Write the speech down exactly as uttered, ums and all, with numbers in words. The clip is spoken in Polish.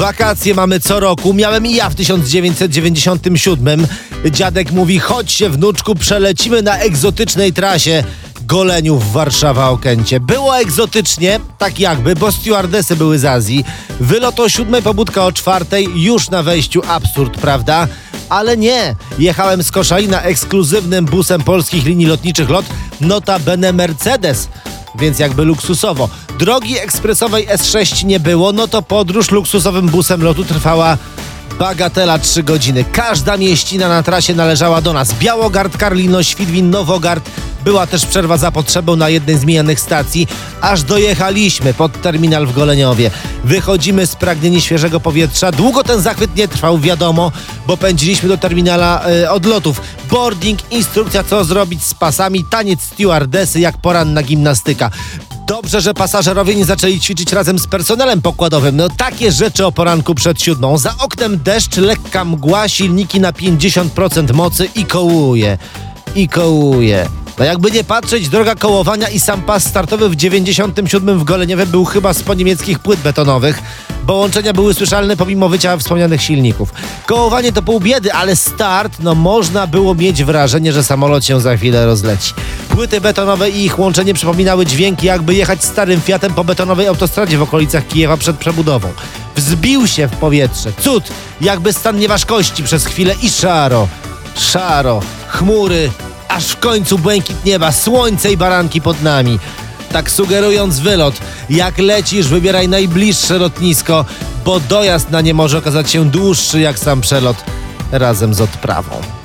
Wakacje mamy co roku, miałem i ja w tysiąc dziewięćset dziewięćdziesiątym siódmym. Dziadek mówi: chodź się, wnuczku, przelecimy na egzotycznej trasie Goleniów, Warszawa, Okęcie. Było egzotycznie, tak jakby, bo stewardesy były z Azji. Wylot o siódmej, pobudka o czwartej, już na wejściu absurd, prawda? Ale nie, jechałem z Koszalina ekskluzywnym busem Polskich Linii Lotniczych LOT, notabene Mercedes, więc jakby luksusowo. Drogi ekspresowej S sześć nie było, no to podróż luksusowym busem lotu trwała bagatela trzy godziny. Każda mieścina na trasie należała do nas. Białogard, Karlino, Świdwin, Nowogard. Była też przerwa za potrzebą na jednej z mijanych stacji, aż dojechaliśmy pod terminal w Goleniowie. Wychodzimy spragnieni świeżego powietrza. Długo ten zachwyt nie trwał, wiadomo, bo pędziliśmy do terminala y, odlotów. Boarding, instrukcja co zrobić z pasami, taniec stewardesy jak poranna gimnastyka. Dobrze, że pasażerowie nie zaczęli ćwiczyć razem z personelem pokładowym. No takie rzeczy o poranku przed siódmą. Za oknem deszcz, lekka mgła, silniki na pięćdziesiąt procent mocy i kołuje. I kołuje. No jakby nie patrzeć, droga kołowania i sam pas startowy w dziewięćdziesiątym siódmym w Goleniowie był chyba z po niemieckich płyt betonowych, bo łączenia były słyszalne pomimo wycia wspomnianych silników. Kołowanie to pół biedy, ale start, no można było mieć wrażenie, że samolot się za chwilę rozleci. Płyty betonowe i ich łączenie przypominały dźwięki, jakby jechać starym Fiatem po betonowej autostradzie w okolicach Kijewa przed przebudową. Wzbił się w powietrze. Cud, jakby stan nieważkości przez chwilę i szaro, szaro, chmury, aż w końcu błękit nieba, słońce i baranki pod nami. Tak sugerując wylot, jak lecisz, wybieraj najbliższe lotnisko, bo dojazd na nie może okazać się dłuższy jak sam przelot razem z odprawą.